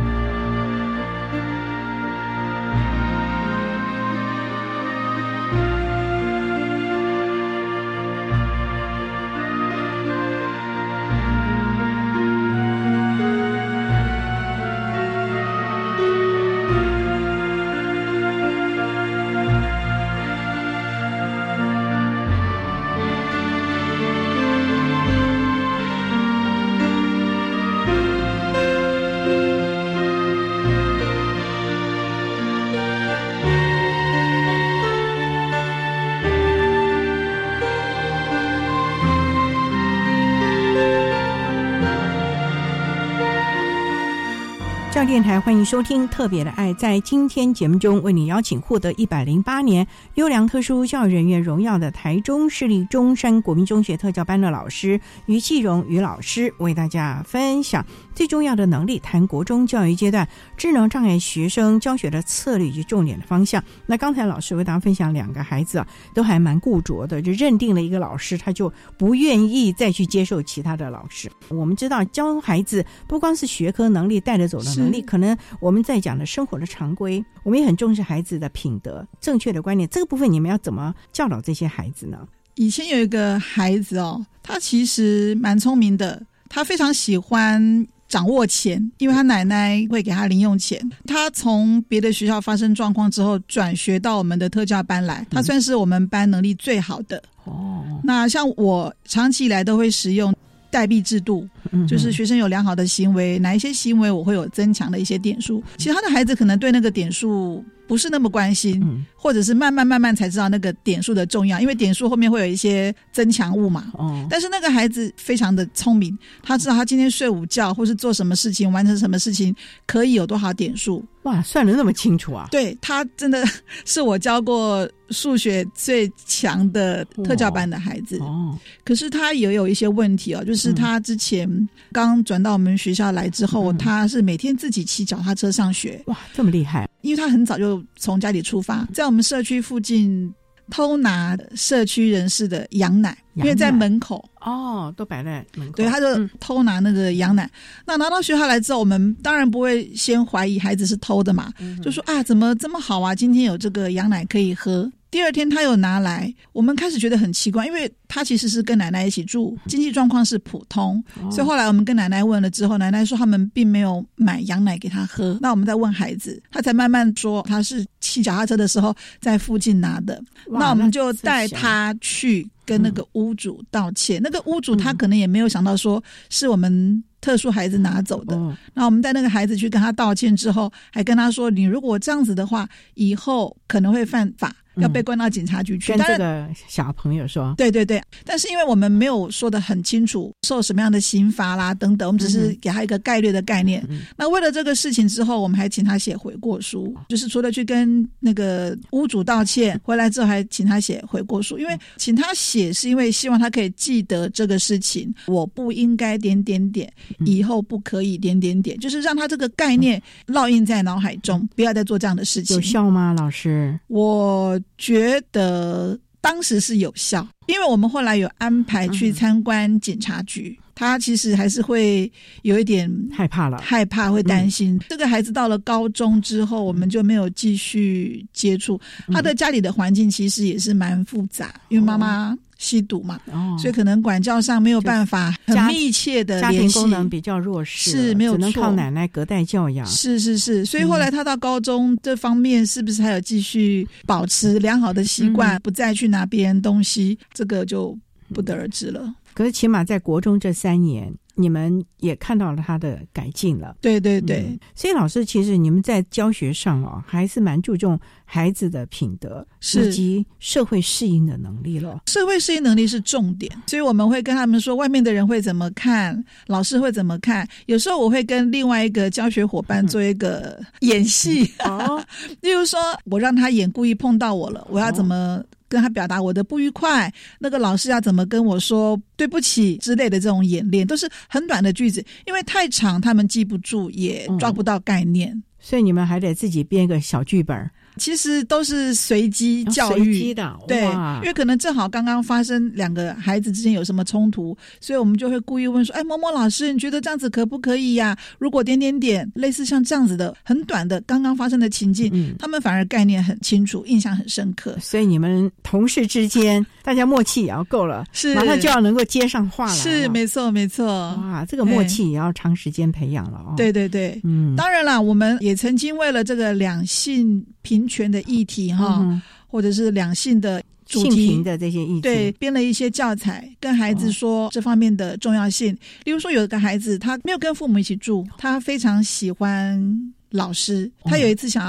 电台，欢迎收听特别的爱。在今天节目中，为你邀请获得一百零八年优良特殊教育人员荣耀的台中市立中山国民中学特教班的老师于继荣于老师，为大家分享最重要的能力，谈国中教育阶段智能障碍学生教学的策略以及重点的方向。那刚才老师为大家分享两个孩子啊，都还蛮固着的，就认定了一个老师，他就不愿意再去接受其他的老师。我们知道教孩子不光是学科能力带着走的能力，可能我们在讲的生活的常规，我们也很重视孩子的品德正确的观念，这个部分你们要怎么教导这些孩子呢？ 以前有一个孩子哦，他其实蛮聪明的，他非常喜欢掌握钱，因为他奶奶会给他零用钱。他从别的学校发生状况之后转学到我们的特教班来，他算是我们班能力最好的。哦，那像我长期以来都会使用代币制度，就是学生有良好的行为，哪一些行为我会有增强的一些点数，其他的孩子可能对那个点数不是那么关心、嗯、或者是慢慢慢慢才知道那个点数的重要，因为点数后面会有一些增强物嘛、哦、但是那个孩子非常的聪明，他知道他今天睡午觉或是做什么事情完成什么事情可以有多少点数。 哇，算得那么清楚啊。 对，他真的是我教过数学最强的特教班的孩子、哦、可是他也有一些问题哦，就是他之前刚转到我们学校来之后、嗯、他是每天自己骑脚踏车上学。 哇，这么厉害。 因为他很早就从家里出发，在我们社区附近偷拿社区人士的羊奶，因为在门口哦，都摆在门口。 对，他就偷拿那个羊奶、嗯、那拿到学校来之后，我们当然不会先怀疑孩子是偷的嘛、嗯、就说啊怎么这么好啊，今天有这个羊奶可以喝。第二天他有拿来，我们开始觉得很奇怪，因为他其实是跟奶奶一起住，经济状况是普通、哦、所以后来我们跟奶奶问了之后，奶奶说他们并没有买羊奶给他喝。那我们再问孩子，他才慢慢说他是骑脚踏车的时候在附近拿的。那我们就带他去跟那个屋主道歉、嗯、那个屋主他可能也没有想到说是我们特殊孩子拿走的、嗯、那我们带那个孩子去跟他道歉之后，还跟他说你如果这样子的话以后可能会犯法，要被关到警察局去、 嗯、跟这个小朋友说。 对对对，但是因为我们没有说得很清楚受什么样的刑罚啦等等，我们只是给他一个概略的概念、嗯、那为了这个事情之后，我们还请他写悔过书，就是除了去跟那个屋主道歉，回来之后还请他写悔过书，因为请他写是因为希望他可以记得这个事情，我不应该点点点，以后不可以点点点，就是让他这个概念烙印在脑海中，不要再做这样的事情。 有效吗老师？ 我觉得当时是有效，因为我们后来有安排去参观警察局、嗯、他其实还是会有一点害怕了， 害怕会担心、嗯、这个孩子到了高中之后我们就没有继续接触、嗯、他的家里的环境其实也是蛮复杂，因为妈妈吸毒嘛、哦、所以可能管教上没有办法很密切的联系， 家庭功能比较弱势， 是没有错， 只能靠奶奶隔代教养。 是是是，所以后来他到高中、嗯、这方面是不是还有继续保持良好的习惯、嗯、不再去拿别人东西，这个就不得而知了、嗯、 可是起码在国中这三年你们也看到了他的改进了。 对对对、 嗯、所以老师其实你们在教学上哦，还是蛮注重孩子的品德以及社会适应的能力了。 社会适应能力是重点，所以我们会跟他们说外面的人会怎么看，老师会怎么看。有时候我会跟另外一个教学伙伴做一个演戏、嗯哦、例如说我让他演故意碰到我了，我要怎么跟他表达我的不愉快，那个老师要怎么跟我说对不起之类的，这种演练都是很短的句子，因为太长他们记不住也抓不到概念、嗯、 所以你们还得自己编一个小剧本。 其实都是随机教育、哦、随机的，对，因为可能正好刚刚发生两个孩子之间有什么冲突，所以我们就会故意问说，哎，某某老师你觉得这样子可不可以呀、啊？如果点点点，类似像这样子的很短的刚刚发生的情境、嗯、他们反而概念很清楚，印象很深刻。 所以你们同事之间大家默契也要够了，是马上就要能够接上话来了。 是没错没错。 哇，这个默契也要长时间培养了哦。 对对对，嗯，当然啦，我们也曾经为了这个两性平权的议题哈、嗯，或者是两性的主题性平的这些议题， 对，编了一些教材跟孩子说这方面的重要性、哦、例如说有一个孩子他没有跟父母一起住，他非常喜欢老师，他有一次想要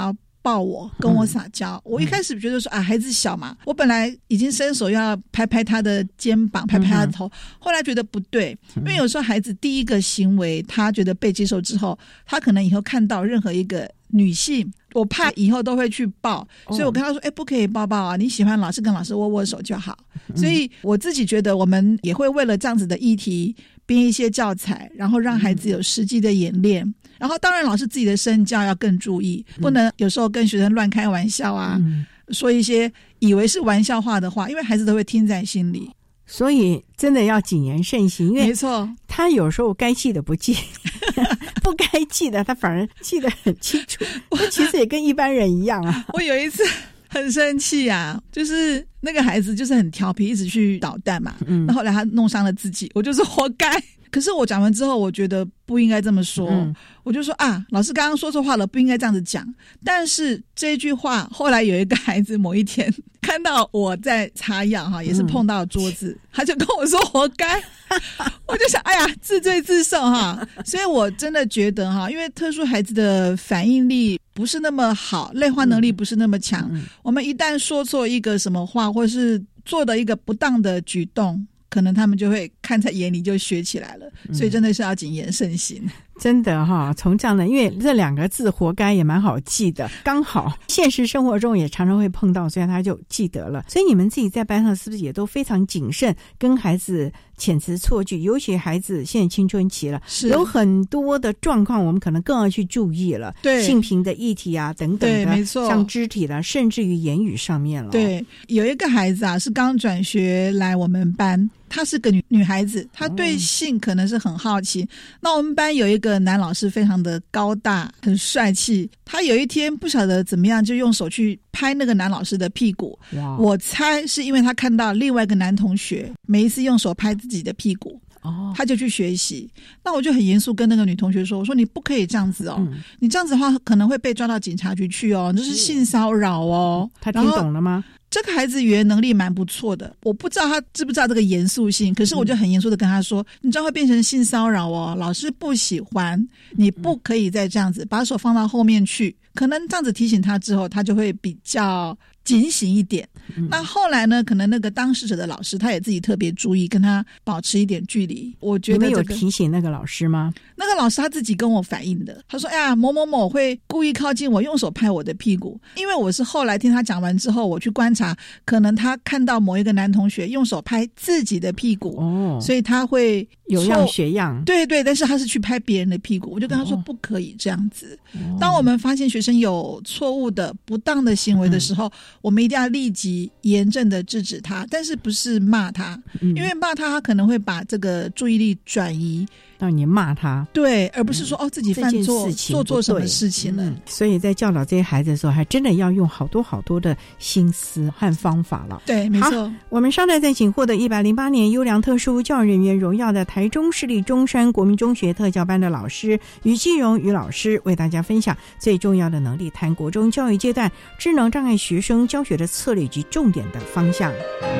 抱我跟我撒娇、嗯、我一开始觉得说啊孩子小嘛，我本来已经伸手要拍拍他的肩膀拍拍他的头、嗯、后来觉得不对，因为有时候孩子第一个行为他觉得被接受之后，他可能以后看到任何一个女性，我怕以后都会去抱、哦、所以我跟他说哎，不可以抱抱啊，你喜欢老师跟老师握握手就好、嗯、所以我自己觉得我们也会为了这样子的议题编一些教材，然后让孩子有实际的演练、嗯、然后当然老师自己的身教要更注意、嗯、不能有时候跟学生乱开玩笑啊、嗯、说一些以为是玩笑话的话，因为孩子都会听在心里， 所以真的要谨言慎行，因为没错， 他有时候该记的不记不该记的他反而记得很清楚，那其实也跟一般人一样啊。 我有一次很生气啊，就是那个孩子就是很调皮，一直去捣蛋嘛，嗯，那后来他弄伤了自己，我就是活该。可是我讲完之后我觉得不应该这么说、嗯、我就说啊，老师刚刚说错话了，不应该这样子讲。但是这句话后来有一个孩子某一天看到我在擦样哈，也是碰到桌子、嗯、他就跟我说活该我就想哎呀自罪自受哈。所以我真的觉得哈，因为特殊孩子的反应力不是那么好，类化能力不是那么强、嗯、我们一旦说错一个什么话，或是做的一个不当的举动，可能他们就会看在眼里就学起来了，所以真的是要谨言慎行、嗯、 真的哈，从这样的，因为这两个字活该也蛮好记的，刚好现实生活中也常常会碰到，所以他就记得了。所以你们自己在班上是不是也都非常谨慎跟孩子遣词错句，尤其孩子现在青春期了，有很多的状况我们可能更要去注意了，对性平的议题啊等等的， 对，没错， 像肢体的甚至于言语上面了。 对，有一个孩子啊是刚转学来我们班，她是个女女孩子，她对性可能是很好奇、哦、那我们班有一个男老师非常的高大很帅气，他有一天不晓得怎么样就用手去拍那个男老师的屁股，我猜是因为他看到另外一个男同学每一次用手拍自己的屁股哦，他就去学习。那我就很严肃跟那个女同学说，我说你不可以这样子哦、嗯、你这样子的话可能会被抓到警察局去哦，这是性骚扰哦。 他听懂了吗？ 这个孩子语言能力蛮不错的，我不知道他知不知道这个严肃性，可是我就很严肃的跟他说、嗯、你这样会变成性骚扰哦，老师不喜欢，你不可以再这样子把手放到后面去。可能这样子提醒他之后，他就会比较警醒一点、嗯、那后来呢，可能那个当事者的老师他也自己特别注意跟他保持一点距离。我觉得、这个、 你们有提醒那个老师吗？ 那个老师他自己跟我反映的，他说哎呀某某某会故意靠近我用手拍我的屁股。因为我是后来听他讲完之后我去观察，可能他看到某一个男同学用手拍自己的屁股、哦、所以他会有样学样。 对对，但是他是去拍别人的屁股，我就跟他说不可以这样子、哦、当我们发现学生有错误的不当的行为的时候、嗯、我们一定要立即严正的制止他，但是不是骂他、嗯、因为骂他他可能会把这个注意力转移到你骂他， 对，而不是说、嗯、哦自己犯错做做什么事情了、嗯、 所以在教导这些孩子的时候还真的要用好多好多的心思和方法了。 对，没错。 我们稍待再请获得一百零八年优良特殊教育人员荣耀的台中市立中山国民中学特教班的老师于基荣于老师为大家分享最重要的能力，谈国中教育阶段智能障碍学生教学的策略及重点的方向。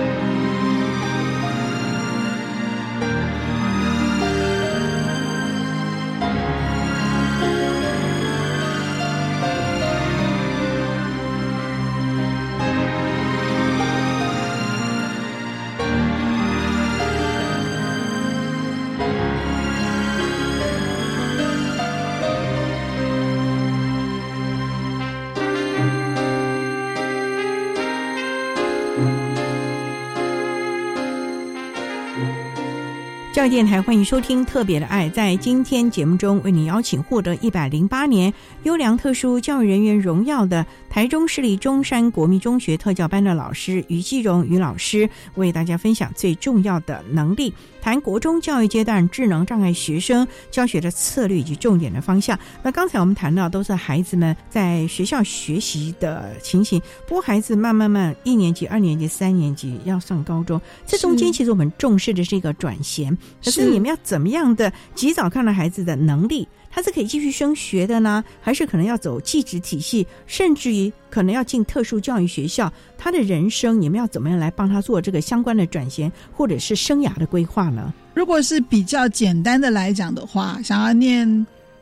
教育电台欢迎收听特别的爱，在今天节目中为你邀请获得一百零八年优良特殊教育人员荣耀的台中市立中山国民中学特教班的老师于基荣于老师为大家分享最重要的能力，谈国中教育阶段智能障碍学生教学的策略以及重点的方向。那刚才我们谈到都是孩子们在学校学习的情形，不过孩子慢慢慢一年级二年级三年级要上高中，这中间其实我们重视的是一个转衔，可是你们要怎么样的及早看到孩子的能力，他是可以继续升学的呢，还是可能要走技职体系，甚至于可能要进特殊教育学校，他的人生你们要怎么样来帮他做这个相关的转衔或者是生涯的规划呢？ 如果是比较简单的来讲的话，想要念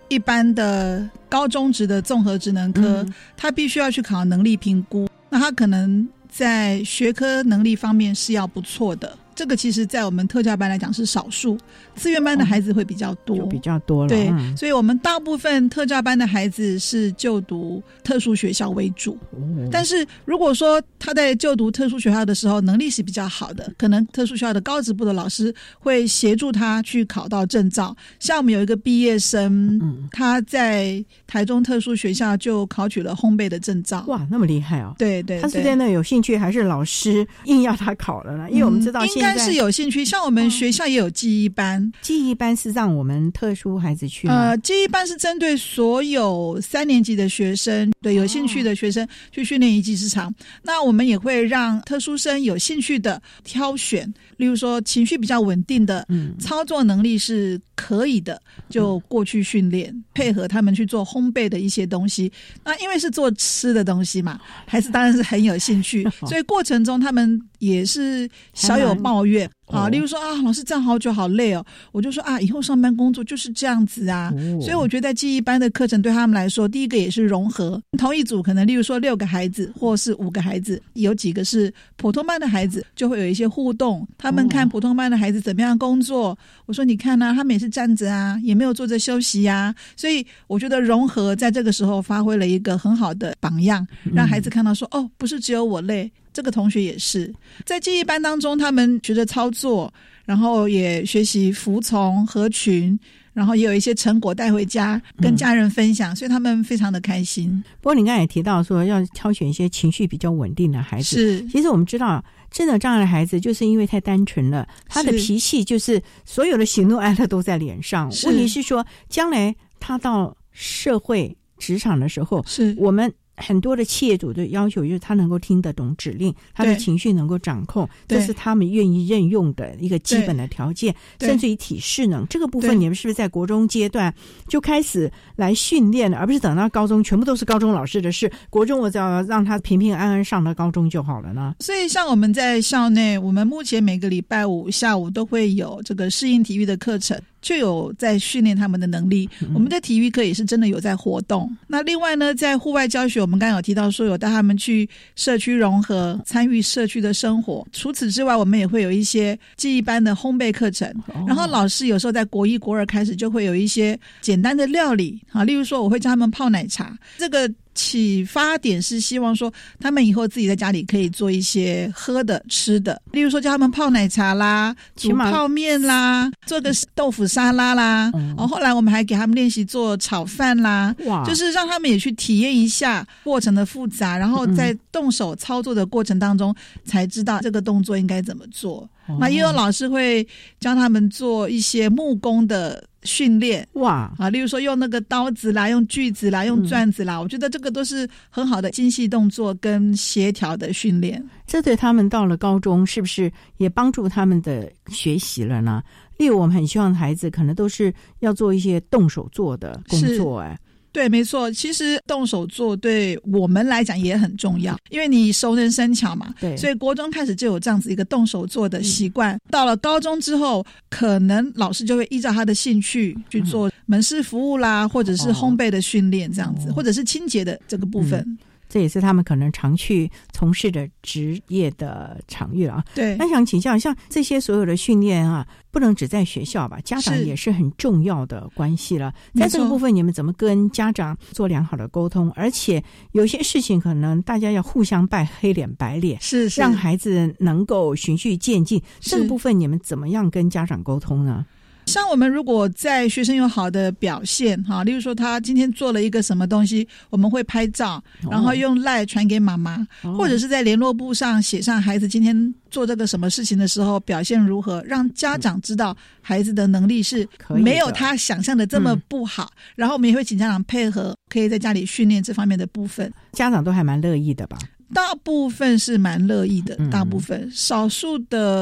一般的高中职的综合职能科，嗯、他必须要去考能力评估，那他可能在学科能力方面是要不错的。这个其实在我们特教班来讲是少数，资源班的孩子会比较多， 就比较多了。 对、 嗯， 所以我们大部分特教班的孩子是就读特殊学校为主。哦、但是如果说他在就读特殊学校的时候能力是比较好的，可能特殊学校的高职部的老师会协助他去考到证照。像我们有一个毕业生，嗯、他在台中特殊学校就考取了烘焙的证照。 哇，那么厉害哦！ 对 对, 对， 他是真的有兴趣，还是老师硬要他考了呢？因为我们知道现在、 嗯、应该是有兴趣，像我们学校也有记忆班。嗯、 记忆班是让我们特殊孩子去吗？ 呃，记忆班是针对所有三年级的学生，对有兴趣的学生去训练一技之长。哦、那我们也会让特殊生有兴趣的挑选，例如说情绪比较稳定的，嗯、操作能力是可以的，就过去训练，嗯、配合他们去做烘焙的一些东西。那因为是做吃的东西嘛，孩子当然是很有兴趣，所以过程中他们也是少有抱怨。啊，例如说啊，老师站好久好累哦，我就说啊，以后上班工作就是这样子啊。哦、所以我觉得在记忆班的课程对他们来说，第一个也是融合。同一组可能例如说六个孩子或是五个孩子，有几个是普通班的孩子，就会有一些互动。他们看普通班的孩子怎么样工作，哦、我说你看啊，他们也是站着啊，也没有坐着休息啊。所以我觉得融合在这个时候发挥了一个很好的榜样，让孩子看到说，嗯、哦，不是只有我累。这个同学也是在记忆班当中，他们学着操作，然后也学习服从合群，然后也有一些成果带回家跟家人分享，嗯、所以他们非常的开心。 不过你刚才也提到说要挑选一些情绪比较稳定的孩子， 是其实我们知道真的障碍的孩子就是因为太单纯了，他的脾气就是所有的喜怒哀乐都在脸上。问题是说将来他到社会职场的时候， 是我们很多的企业主的要求就是他能够听得懂指令，他的情绪能够掌控，这是他们愿意任用的一个基本的条件。甚至于体适能这个部分，你们是不是在国中阶段就开始来训练了，而不是等到高中全部都是高中老师的事，国中我只要让他平平安安上到高中就好了呢？ 所以像我们在校内，我们目前每个礼拜五下午都会有这个适应体育的课程，就有在训练他们的能力。嗯、我们的体育课也是真的有在活动。那另外呢，在户外教学，我们刚刚有提到说有带他们去社区融合，参与社区的生活。除此之外，我们也会有一些记忆班的烘焙课程。哦、然后老师有时候在国一、国二开始就会有一些简单的料理啊，例如说我会教他们泡奶茶。这个启发点是希望说他们以后自己在家里可以做一些喝的吃的，例如说叫他们泡奶茶啦，煮泡面啦，做个豆腐沙拉啦。嗯、然后后来我们还给他们练习做炒饭啦，就是让他们也去体验一下过程的复杂，然后在动手操作的过程当中才知道这个动作应该怎么做。哦、那也有老师会教他们做一些木工的训练，哇啊，例如说用那个刀子啦，用锯子啦，用钻子啦，嗯、我觉得这个都是很好的精细动作跟协调的训练。 这对他们到了高中是不是也帮助他们的学习了呢？例如我们很希望孩子可能都是要做一些动手做的工作。哎， 对，没错，其实动手做对我们来讲也很重要，因为你熟能生巧嘛。对，所以国中开始就有这样子一个动手做的习惯。嗯、到了高中之后，可能老师就会依照他的兴趣去做门市服务啦，嗯、或者是烘焙的训练这样子，哦、或者是清洁的这个部分。嗯， 这也是他们可能常去从事的职业的场域啊。 对， 那想请教，像这些所有的训练啊，不能只在学校吧？家长也是很重要的关系了。在这个部分，你们怎么跟家长做良好的沟通？而且有些事情可能大家要互相扮黑脸白脸， 是是， 让孩子能够循序渐进。这个部分你们怎么样跟家长沟通呢？ 像我们如果在学生有好的表现哈，例如说他今天做了一个什么东西，我们会拍照，然后用 LINE 传给妈妈，哦、或者是在联络簿上写上孩子今天做这个什么事情的时候表现如何，让家长知道孩子的能力是没有他想象的这么不好。嗯、然后我们也会请家长配合，可以在家里训练这方面的部分。 家长都还蛮乐意的吧？ 大部分是蛮乐意的，大部分、嗯、少数的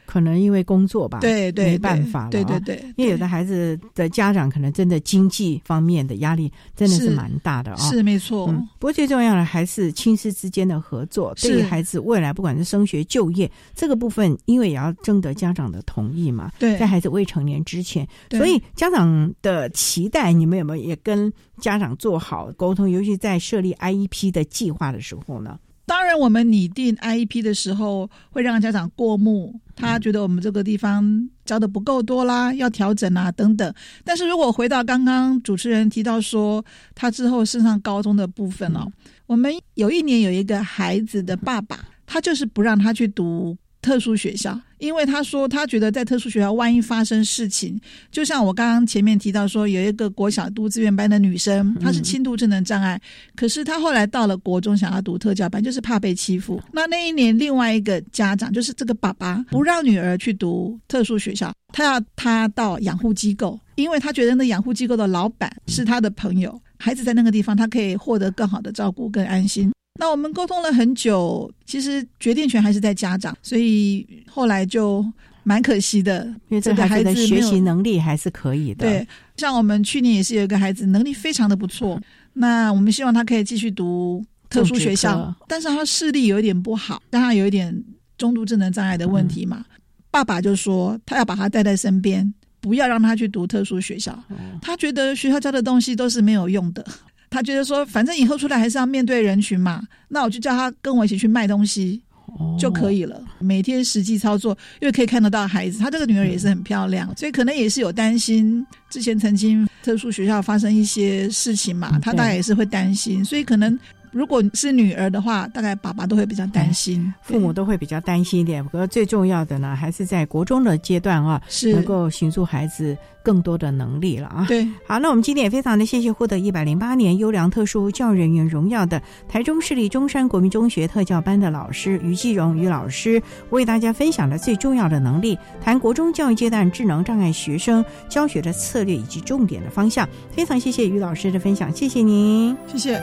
可能因为工作吧， 对对， 没办法了、哦。 对对 对, 对， 因为有的孩子的家长可能真的经济方面的压力真的是蛮大的啊、哦， 是没错、嗯。 不过最重要的还是亲师之间的合作，对于孩子未来不管是升学就业这个部分，因为也要征得家长的同意嘛。 对， 在孩子未成年之前，所以家长的期待，你们有没有也跟家长做好沟通？尤其在设立 I E P 的计划的时候呢？ 当然，我们拟定 I E P 的时候，会让家长过目，他觉得我们这个地方教的不够多啦，要调整啊等等。但是如果回到刚刚主持人提到说他之后升上高中的部分哦，我们有一年有一个孩子的爸爸，他就是不让他去读特殊学校，因为他说他觉得在特殊学校万一发生事情，就像我刚刚前面提到说有一个国小读资源班的女生，她是轻度智能障碍、嗯、可是她后来到了国中想要读特教班，就是怕被欺负。那那一年另外一个家长就是这个爸爸不让女儿去读特殊学校，他要她到养护机构，因为他觉得那养护机构的老板是他的朋友，孩子在那个地方他可以获得更好的照顾更安心。那我们沟通了很久，其实决定权还是在家长，所以后来就蛮可惜的， 因为这个孩子的学习能力还是可以的。 对，像我们去年也是有一个孩子能力非常的不错，那我们希望他可以继续读特殊学校，但是他视力有一点不好，但他有一点中度智能障碍的问题嘛、嗯、爸爸就说他要把他带在身边，不要让他去读特殊学校、哦、他觉得学校教的东西都是没有用的，他觉得说反正以后出来还是要面对人群嘛，那我就叫他跟我一起去卖东西就可以了、哦、每天实际操作，因为可以看得到孩子，他这个女儿也是很漂亮、嗯、所以可能也是有担心之前曾经特殊学校发生一些事情嘛，他大概也是会担心，所以可能如果是女儿的话，大概爸爸都会比较担心， 父母都会比较担心一点。不过最重要的呢，还是在国中的阶段啊， 是能够形塑孩子更多的能力了啊。 对， 好，那我们今天也非常的谢谢获得一百零八年优良特殊教育人员荣耀的台中市立中山国民中学特教班的老师于继荣于老师，为大家分享了最重要的能力，谈国中教育阶段智能障碍学生教学的策略以及重点的方向。非常谢谢于老师的分享，谢谢您， 谢谢。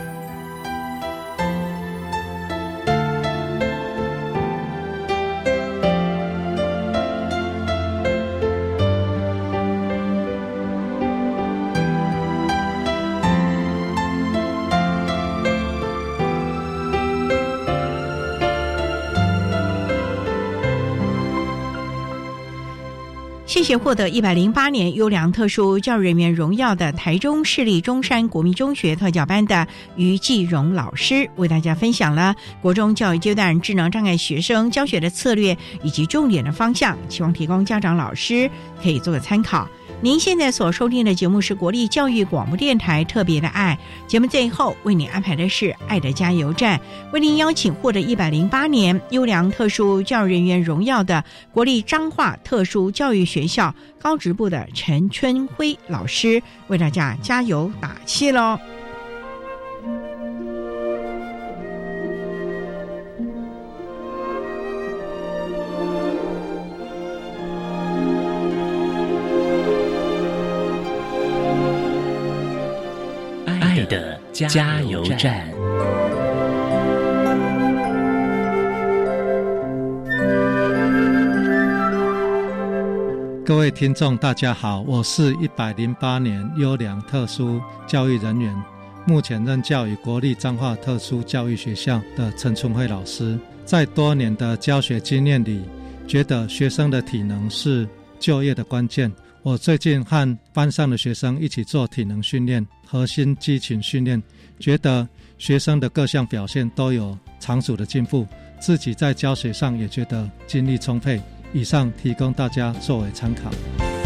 谢谢获得一百零八年优良特殊教育人员荣耀的台中市立中山国民中学特教班的于继荣老师，为大家分享了国中教育阶段智能障碍学生教学的策略以及重点的方向，希望提供家长老师可以做个参考。您现在所收听的节目是国立教育广播电台特别的爱节目，最后为您安排的是爱的加油站，为您邀请获得一百零八年优良特殊教育人员荣耀的国立彰化特殊教育学校高职部的陈春辉老师，为大家加油打气咯。 的加油站。 各位听众大家好，我是一百零八年优良特殊教育人员，目前任教于国立彰化特殊教育学校的陈春辉老师。在多年的教学经验里，觉得学生的体能是就业的关键。我最近和班上的学生一起做体能训练、核心肌群训练，觉得学生的各项表现都有长足的进步，自己在教学上也觉得精力充沛。以上提供大家作为参考。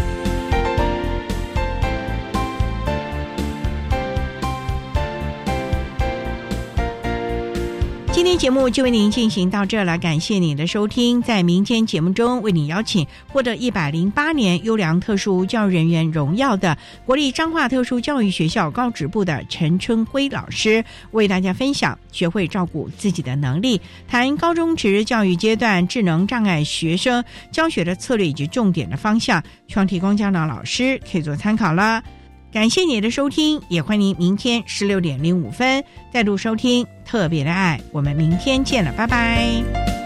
今天节目就为您进行到这了，感谢您的收听。在明天节目中，为您邀请获得一百零八年优良特殊教育人员荣耀的国立彰化特殊教育学校高职部的陈春辉老师，为大家分享学会照顾自己的能力，谈高中职教育阶段智能障碍学生教学的策略以及重点的方向，希望提供家长老师可以做参考了。感谢你的收听，也欢迎您明天十六点零五分再度收听特别的爱，我们明天见了，拜拜。